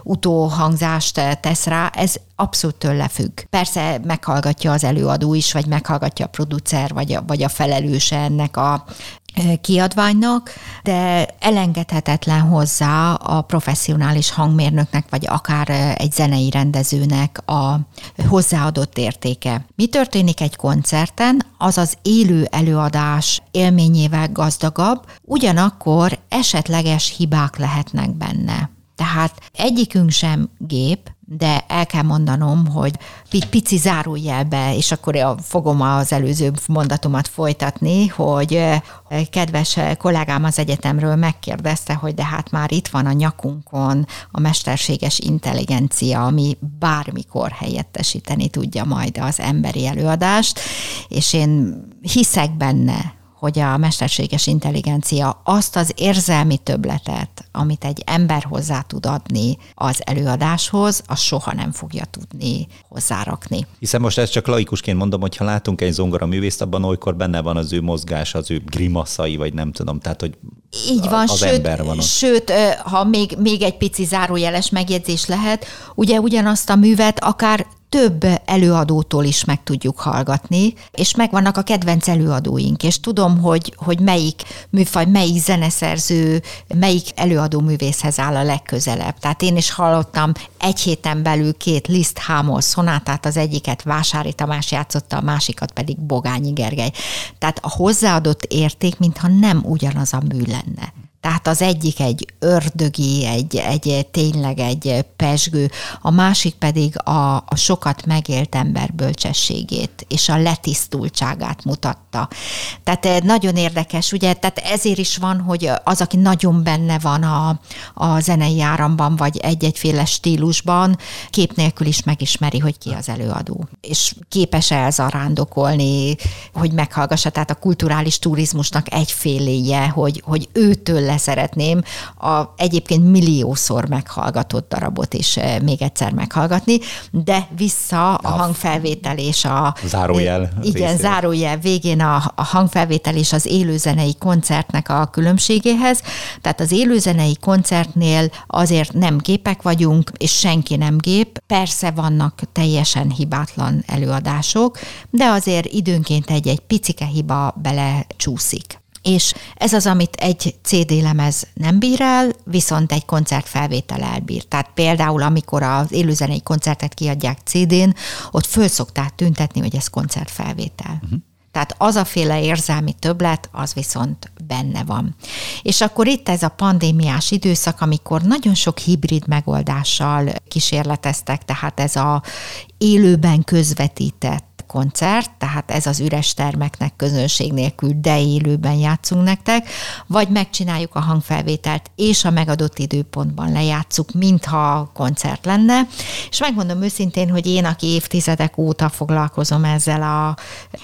utóhangzást tesz rá, ez abszolút tőle függ. Persze meghallgatja az előadó is, vagy meghallgatja a producer, vagy a, vagy a felelőse ennek a kiadványnak, de elengedhetetlen hozzá a professzionális hangmérnöknek, vagy akár egy zenei rendezőnek a hozzáadott értéke. Mi történik egy koncerten? Az az élő előadás élményével gazdagabb, ugyanakkor esetleges hibák lehetnek benne. Tehát egyikünk sem gép, de el kell mondanom, hogy pici zárójelbe, és akkor fogom az előző mondatomat folytatni, hogy kedves kollégám az egyetemről megkérdezte, hogy de hát már itt van a nyakunkon a mesterséges intelligencia, ami bármikor helyettesíteni tudja majd az emberi előadást, és én hiszek benne, hogy a mesterséges intelligencia azt az érzelmi többletet, amit egy ember hozzá tud adni az előadáshoz, az soha nem fogja tudni hozzárakni. Hiszen most ezt csak laikusként mondom, hogy ha látunk egy zongoraművészt, abban olykor benne van az ő mozgás, az ő grimaszai, vagy nem tudom, tehát hogy így van, az sőt, ember van ott. Sőt, ha még, még egy pici zárójeles megjegyzés lehet, ugye ugyanazt a művet akár több előadótól is meg tudjuk hallgatni, és megvannak a kedvenc előadóink, és tudom, hogy, hogy melyik műfaj, melyik zeneszerző, melyik előadó művészhez áll a legközelebb. Tehát én is hallottam egy héten belül két Liszt Hámos szonátát, az egyiket Vásári Tamás játszotta, a másikat pedig Bogányi Gergely. Tehát a hozzáadott érték, mintha nem ugyanaz a mű lenne. Tehát az egyik egy ördögi, egy, egy tényleg egy pezsgő, a másik pedig a, a sokat megélt ember bölcsességét és a letisztultságát mutatta. Tehát nagyon érdekes, ugye, tehát ezért is van, hogy az, aki nagyon benne van a, a zenei áramban, vagy egy-egyféle stílusban, kép nélkül is megismeri, hogy ki az előadó. És képes elzarándokolni, hogy meghallgassa, tehát a kulturális turizmusnak egyféléje, hogy, hogy őtől szeretném a egyébként milliószor meghallgatott darabot is még egyszer meghallgatni, de vissza a hangfelvétel és a... Zárójel. Igen, részére. zárójel végén a, a hangfelvétel és az élőzenei koncertnek a különbségéhez. Tehát az élőzenei koncertnél azért nem gépek vagyunk, és senki nem gép. Persze vannak teljesen hibátlan előadások, de azért időnként egy-egy picike hiba belecsúszik. És ez az, amit egy cé dé lemez nem bír el, viszont egy koncertfelvétel elbír. Tehát például, amikor az élőzenei koncertet kiadják cé dén, ott föl szokták tüntetni, hogy ez koncertfelvétel. Uh-huh. Tehát az a féle érzelmi többlet, az viszont benne van. És akkor itt ez a pandémiás időszak, amikor nagyon sok hibrid megoldással kísérleteztek, tehát ez a élőben közvetített koncert, tehát ez az üres termeknek közönség nélkül, de élőben játszunk nektek, vagy megcsináljuk a hangfelvételt, és a megadott időpontban lejátszuk, mintha koncert lenne. És megmondom őszintén, hogy én, aki évtizedek óta foglalkozom ezzel a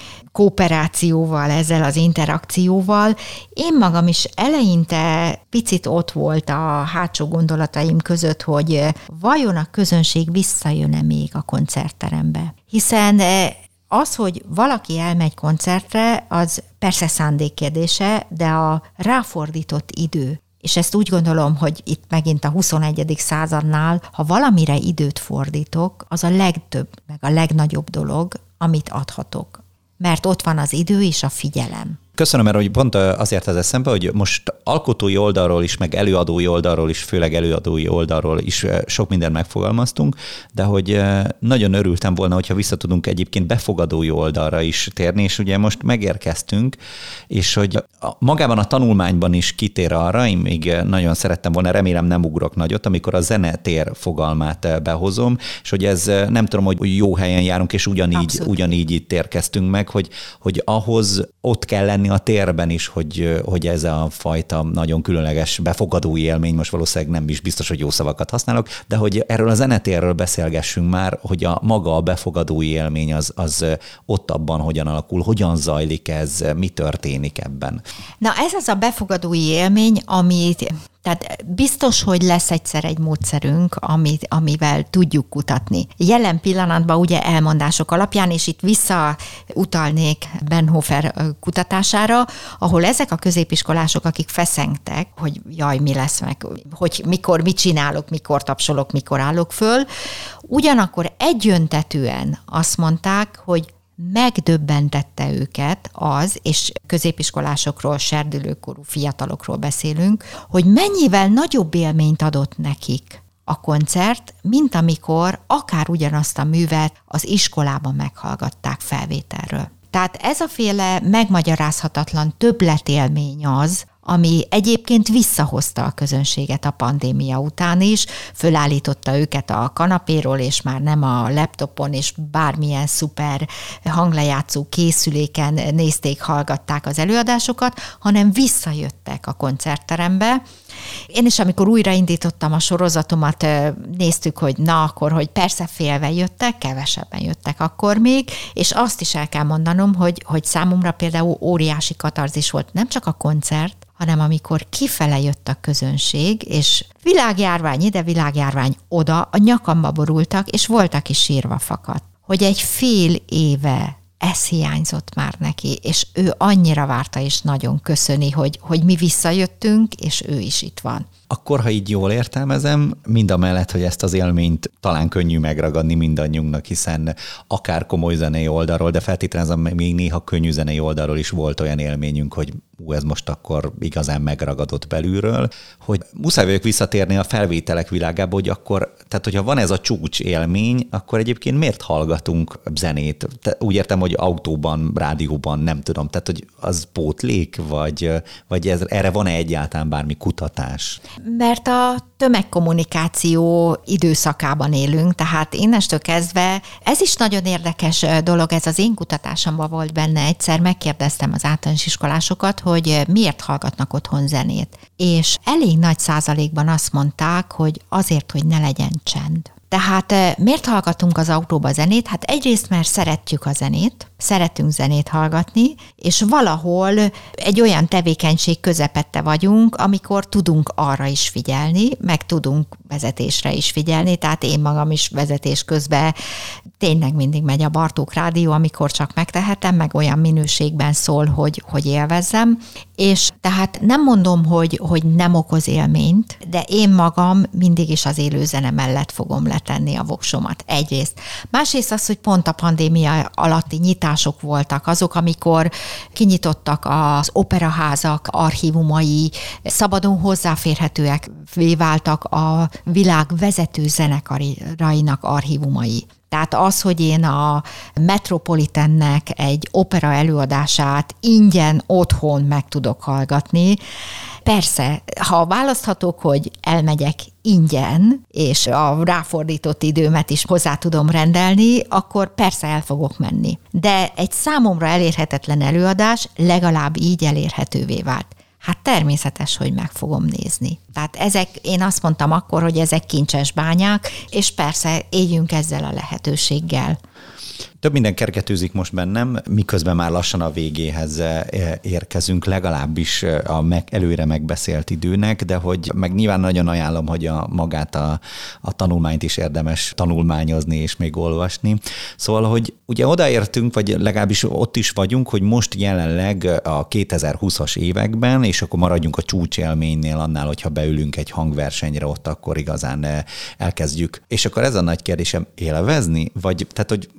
kooperációval, ezzel az interakcióval, én magam is eleinte picit ott volt a hátsó gondolataim között, hogy vajon a közönség visszajön-e még a koncertterembe. Hiszen az, hogy valaki elmegy koncertre, az persze szándék kérdése, de a ráfordított idő, és ezt úgy gondolom, hogy itt megint a huszonegyedik századnál, ha valamire időt fordítok, az a legtöbb, meg a legnagyobb dolog, amit adhatok. Mert ott van az idő és a figyelem. Köszönöm, mert hogy pont azért az eszembe, hogy most alkotói oldalról is, meg előadói oldalról is, főleg előadói oldalról is sok mindent megfogalmaztunk, de hogy nagyon örültem volna, hogyha vissza tudunk egyébként befogadói oldalra is térni, és ugye most megérkeztünk, és hogy magában a tanulmányban is kitér arra, én még nagyon szerettem volna, remélem nem ugrok nagyot, amikor a zenetér fogalmát behozom, és hogy ez nem tudom, hogy jó helyen járunk, és ugyanígy, ugyanígy itt érkeztünk meg, hogy, hogy ahhoz ott kell lenni a térben is, hogy, hogy ez a fajta nagyon különleges befogadói élmény, most valószínűleg nem is biztos, hogy jó szavakat használok, de hogy erről a zenetérről beszélgessünk már, hogy a maga a befogadói élmény az, az ott abban hogyan alakul, hogyan zajlik ez, mi történik ebben. Na ez az a befogadói élmény, amit tehát biztos, hogy lesz egyszer egy módszerünk, amit, amivel tudjuk kutatni. Jelen pillanatban ugye elmondások alapján, és itt visszautalnék Benhofer kutatására, ahol ezek a középiskolások, akik feszengtek, hogy jaj, mi lesz meg, hogy mikor mit csinálok, mikor tapsolok, mikor állok föl, ugyanakkor egyöntetűen azt mondták, hogy megdöbbentette őket az, és középiskolásokról, serdülőkorú fiatalokról beszélünk, hogy mennyivel nagyobb élményt adott nekik a koncert, mint amikor akár ugyanazt a művet az iskolában meghallgatták felvételről. Tehát ez a féle megmagyarázhatatlan többletélmény az, ami egyébként visszahozta a közönséget a pandémia után is, fölállította őket a kanapéról, és már nem a laptopon, és bármilyen szuper hanglejátszó készüléken nézték, hallgatták az előadásokat, hanem visszajöttek a koncertterembe. Én is, amikor újraindítottam a sorozatomat, néztük, hogy na akkor, hogy persze félve jöttek, kevesebben jöttek akkor még, és azt is el kell mondanom, hogy, hogy számomra például óriási katarzis volt nem csak a koncert, hanem amikor kifele jött a közönség, és világjárvány ide, világjárvány oda, a nyakamba borultak, és voltak is sírva fakadt, hogy egy fél éve ez hiányzott már neki, és ő annyira várta, és nagyon köszöni, hogy, hogy mi visszajöttünk, és ő is itt van. Akkor, ha így jól értelmezem, mind a mellett, hogy ezt az élményt talán könnyű megragadni mindannyiunknak, hiszen akár komoly zenei oldalról, de feltételezem, még néha könnyű zenei oldalról is volt olyan élményünk, hogy ú, ez most akkor igazán megragadott belülről, hogy muszáj vagyok visszatérni a felvételek világába, hogy akkor, tehát hogyha van ez a csúcs élmény, akkor egyébként miért hallgatunk zenét? Te, úgy értem, hogy autóban, rádióban, nem tudom, tehát hogy az pótlék, vagy, vagy ez, erre van-e egyáltalán bármi kutatás? Mert a tömegkommunikáció időszakában élünk, tehát innestől kezdve ez is nagyon érdekes dolog, ez az én kutatásomban volt benne egyszer, megkérdeztem az általános iskolásokat, hogy miért hallgatnak otthon zenét. És elég nagy százalékban azt mondták, hogy azért, hogy ne legyen csend. Tehát miért hallgatunk az autóba zenét? Hát egyrészt, mert szeretjük a zenét, szeretünk zenét hallgatni, és valahol egy olyan tevékenység közepette vagyunk, amikor tudunk arra is figyelni, meg tudunk vezetésre is figyelni, tehát én magam is vezetés közben tényleg mindig megy a Bartók Rádió, amikor csak megtehetem, meg olyan minőségben szól, hogy, hogy élvezzem, és tehát nem mondom, hogy, hogy nem okoz élményt, de én magam mindig is az élő zene mellett fogom letenni a voksomat. Egyrészt. Másrészt az, hogy pont a pandémia alatti nyitások voltak, azok, amikor kinyitottak az operaházak archívumai, szabadon hozzáférhetőek váltak a világ vezető zenekarainak archívumai. Tehát az, hogy én a Metropolitannek egy opera előadását ingyen otthon meg tudok hallgatni, persze, ha választhatok, hogy elmegyek ingyen, és a ráfordított időmet is hozzá tudom rendelni, akkor persze el fogok menni. De egy számomra elérhetetlen előadás legalább így elérhetővé vált. Hát természetes, hogy meg fogom nézni. Tehát ezek, én azt mondtam akkor, hogy ezek kincses bányák, és persze éljünk ezzel a lehetőséggel. Több minden kergetőzik most bennem, miközben már lassan a végéhez érkezünk, legalábbis a meg, előre megbeszélt időnek, de hogy meg nyilván nagyon ajánlom, hogy a magát a, a tanulmányt is érdemes tanulmányozni és még olvasni. Szóval, hogy ugye odaértünk, vagy legalábbis ott is vagyunk, hogy most jelenleg a kétezer-húszas években, és akkor maradjunk a csúcsélménynél annál, hogyha beülünk egy hangversenyre, ott akkor igazán elkezdjük. És akkor ez a nagy kérdésem, élvezni? Vagy tehát, hogy, hogy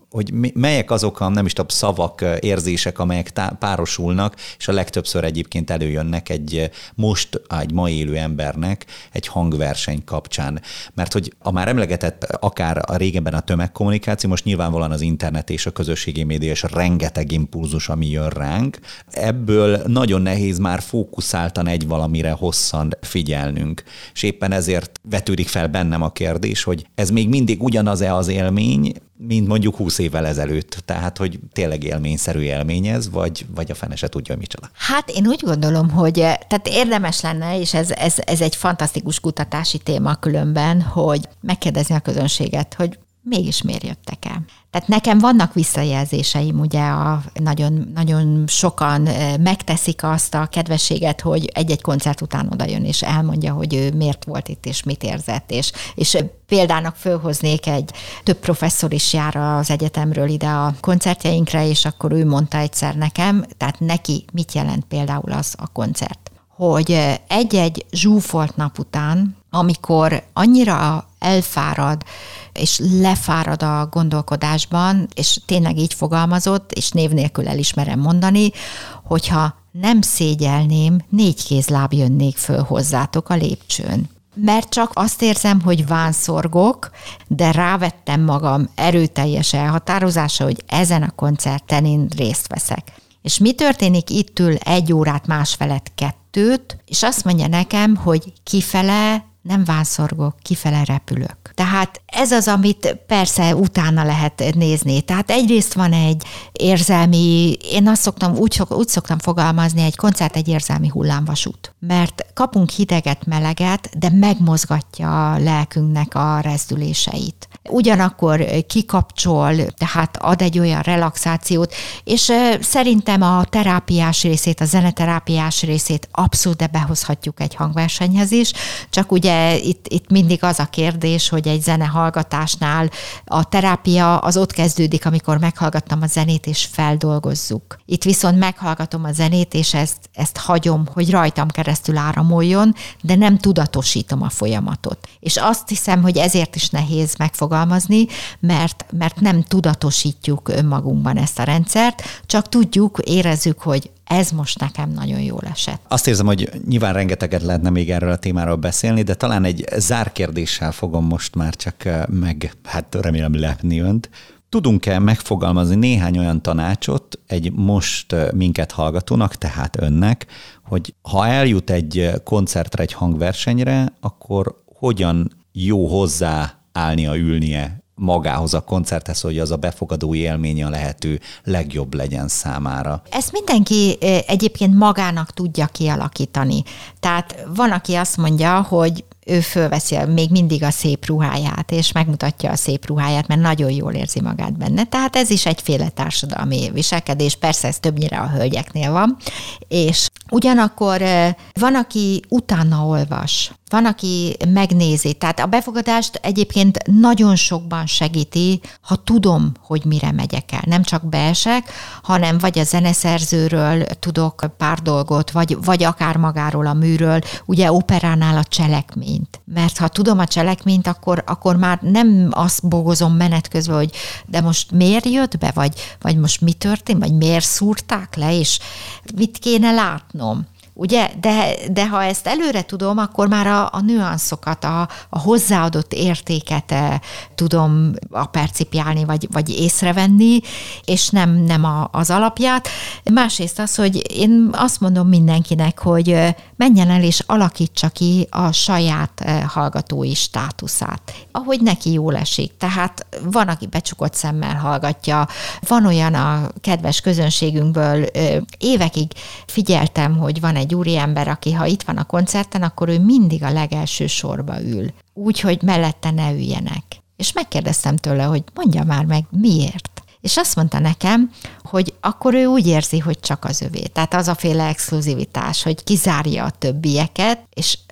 melyek azok a, nem is tudom, szavak, érzések, amelyek tá- párosulnak, és a legtöbbször egyébként előjönnek egy most, egy ma élő embernek egy hangverseny kapcsán. Mert hogy a már emlegetett akár a régebben a tömegkommunikáció, most nyilvánvalóan az internet és a közösségi média és rengeteg impulzus, ami jön ránk, ebből nagyon nehéz már fókuszáltan egy valamire hosszan figyelnünk. És éppen ezért vetődik fel bennem a kérdés, hogy ez még mindig ugyanaz-e az élmény, mint mondjuk húsz évvel ezelőtt. Tehát, hogy tényleg élményszerű élmény ez, vagy, vagy a fene se tudja, micsoda. Hát én úgy gondolom, hogy tehát érdemes lenne, és ez, ez, ez egy fantasztikus kutatási téma különben, hogy megkérdezni a közönséget, hogy mégis miért jöttek el. Tehát nekem vannak visszajelzéseim, ugye a, nagyon, nagyon sokan megteszik azt a kedvességet, hogy egy-egy koncert után oda jön, és elmondja, hogy ő miért volt itt, és mit érzett. És, és példának fölhoznék, egy több professzor is jár az egyetemről ide a koncertjeinkre, és akkor ő mondta egyszer nekem, tehát neki mit jelent például az a koncert, hogy egy-egy zsúfolt nap után, amikor annyira elfárad, és lefárad a gondolkodásban, és tényleg így fogalmazott, és név nélkül elismerem mondani, hogyha nem szégyelném, négy kézláb jönnék föl hozzátok a lépcsőn. Mert csak azt érzem, hogy vánszorgok, de rávettem magam erőteljes elhatározása, hogy ezen a koncerten én részt veszek. És mi történik? Itt ül egy órát másfelett kettőt, és azt mondja nekem, hogy kifele nem vánszorgok, kifele repülök. Tehát ez az, amit persze utána lehet nézni. Tehát egyrészt van egy érzelmi, én azt szoktam, úgy, úgy szoktam fogalmazni, egy koncert egy érzelmi hullámvasút. Mert kapunk hideget, meleget, de megmozgatja a lelkünknek a rezdüléseit. Ugyanakkor kikapcsol, tehát ad egy olyan relaxációt, és szerintem a terápiás részét, a zeneterápiás részét abszolút behozhatjuk egy hangversenyhez is, csak ugye itt, itt mindig az a kérdés, hogy egy zenehallgatásnál a terápia az ott kezdődik, amikor meghallgattam a zenét, és feldolgozzuk. Itt viszont meghallgatom a zenét, és ezt, ezt hagyom, hogy rajtam keresztül áramoljon, de nem tudatosítom a folyamatot. És azt hiszem, hogy ezért is nehéz megfogalmazni, mert, mert nem tudatosítjuk önmagunkban ezt a rendszert, csak tudjuk, érezzük, hogy ez most nekem nagyon jól esett. Azt érzem, hogy nyilván rengeteget lehetne még erről a témáról beszélni, de talán egy zárkérdéssel fogom most már csak meg, hát remélem lepni önt. Tudunk-e megfogalmazni néhány olyan tanácsot egy most minket hallgatónak, tehát önnek, hogy ha eljut egy koncertre, egy hangversenyre, akkor hogyan jó hozzáállnia, ülnie magához a koncerthez, hogy az a befogadó élménye a lehető legjobb legyen számára. Ezt mindenki egyébként magának tudja kialakítani. Tehát van, aki azt mondja, hogy ő fölveszi még mindig a szép ruháját, és megmutatja a szép ruháját, mert nagyon jól érzi magát benne. Tehát ez is egyféle társadalmi viselkedés, persze ez többnyire a hölgyeknél van. És ugyanakkor van, aki utána olvas, van, aki megnézi. Tehát a befogadást egyébként nagyon sokban segíti, ha tudom, hogy mire megyek el. Nem csak beesek, hanem vagy a zeneszerzőről tudok pár dolgot, vagy, vagy akár magáról a műről, ugye operánál a cselekményt. Mert ha tudom a cselekményt, akkor, akkor már nem azt bogozom menet közben, hogy de most miért jött be, vagy, vagy most mi történt, vagy miért szúrták le, és mit kéne látnom. Ugye? De, de ha ezt előre tudom, akkor már a, a nüanszokat, a, a hozzáadott értéket e, tudom apercipiálni, vagy, vagy észrevenni, és nem, nem a, az alapját. Másrészt az, hogy én azt mondom mindenkinek, hogy menjen el és alakítsa ki a saját hallgatói státuszát, ahogy neki jól esik. Tehát van, aki becsukott szemmel hallgatja, van olyan a kedves közönségünkből, évekig figyeltem, hogy van egy úriember, aki ha itt van a koncerten, akkor ő mindig a legelső sorba ül. Úgy, hogy mellette ne üljenek. És megkérdeztem tőle, hogy mondja már meg, miért? És azt mondta nekem, hogy akkor ő úgy érzi, hogy csak az övé. Tehát az a féle exkluzivitás, hogy kizárja a többieket, és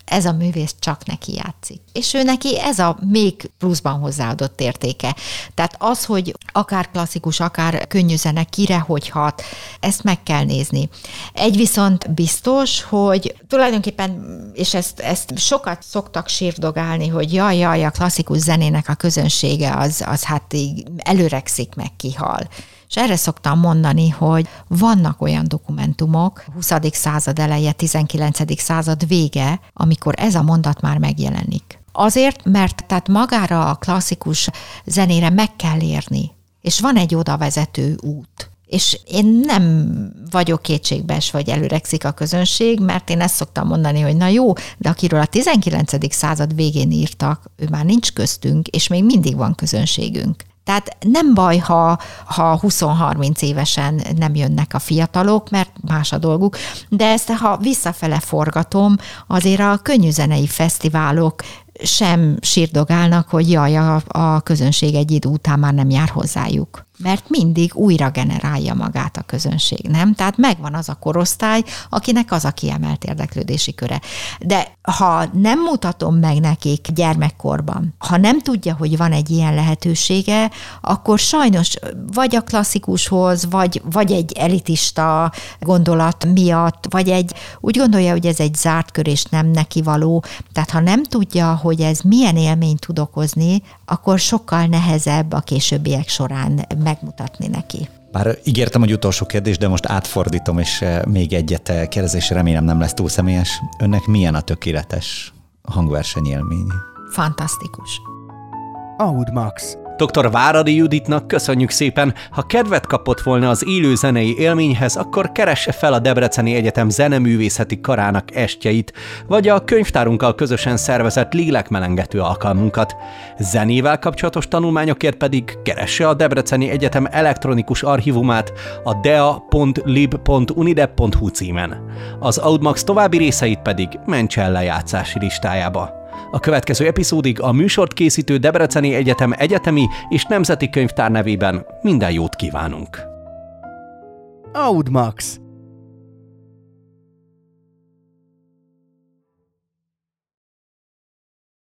ez a művész csak neki játszik. És ő neki ez a még pluszban hozzáadott értéke. Tehát az, hogy akár klasszikus, akár könnyű zene kire hogy hat, ezt meg kell nézni. Egy viszont biztos, hogy tulajdonképpen, és ezt, ezt sokat szoktak sírdogálni, hogy jaj, jaj, a klasszikus zenének a közönsége az, az hát így előregszik, meg kihal. És erre szoktam mondani, hogy vannak olyan dokumentumok, huszadik század eleje, tizenkilencedik század vége, amikor ez a mondat már megjelenik. Azért, mert tehát magára a klasszikus zenére meg kell érni, és van egy oda vezető út. És én nem vagyok kétségbees, vagy előregszik a közönség, mert én ezt szoktam mondani, hogy na jó, de akiről a tizenkilencedik század végén írtak, ő már nincs köztünk, és még mindig van közönségünk. Tehát nem baj, ha, ha húsz-harminc évesen nem jönnek a fiatalok, mert más a dolguk, de ezt, ha visszafele forgatom, azért a könnyűzenei fesztiválok sem sírdogálnak, hogy jaj, a, a közönség egy idő után már nem jár hozzájuk. Mert mindig újra generálja magát a közönség, nem? Tehát megvan az a korosztály, akinek az a kiemelt érdeklődési köre. De ha nem mutatom meg nekik gyermekkorban, ha nem tudja, hogy van egy ilyen lehetősége, akkor sajnos vagy a klasszikushoz, vagy, vagy egy elitista gondolat miatt, vagy egy úgy gondolja, hogy ez egy zárt kör és nem neki való. Tehát ha nem tudja, hogy ez milyen élményt tud okozni, akkor sokkal nehezebb a későbbiek során megmutatni neki. Bár ígértem, hogy utolsó kérdés, de most átfordítom, és még egyet kérdezés, remélem nem lesz túl személyes. Önnek milyen a tökéletes hangversenyélmény? Fantasztikus. Audmax. doktor Váradi Juditnak köszönjük szépen. Ha kedvet kapott volna az élő zenei élményhez, akkor keresse fel a Debreceni Egyetem zeneművészeti karának estjeit, vagy a könyvtárunkkal közösen szervezett lélekmelengető alkalmunkat. Zenével kapcsolatos tanulmányokért pedig keresse a Debreceni Egyetem elektronikus archívumát a dea pont lib pont unidep pont hu címen. Az Audmax további részeit pedig mentse el lejátszási listájába. A következő epizódig a műsort készítő Debreceni Egyetem egyetemi és nemzeti könyvtár nevében minden jót kívánunk! Audmax.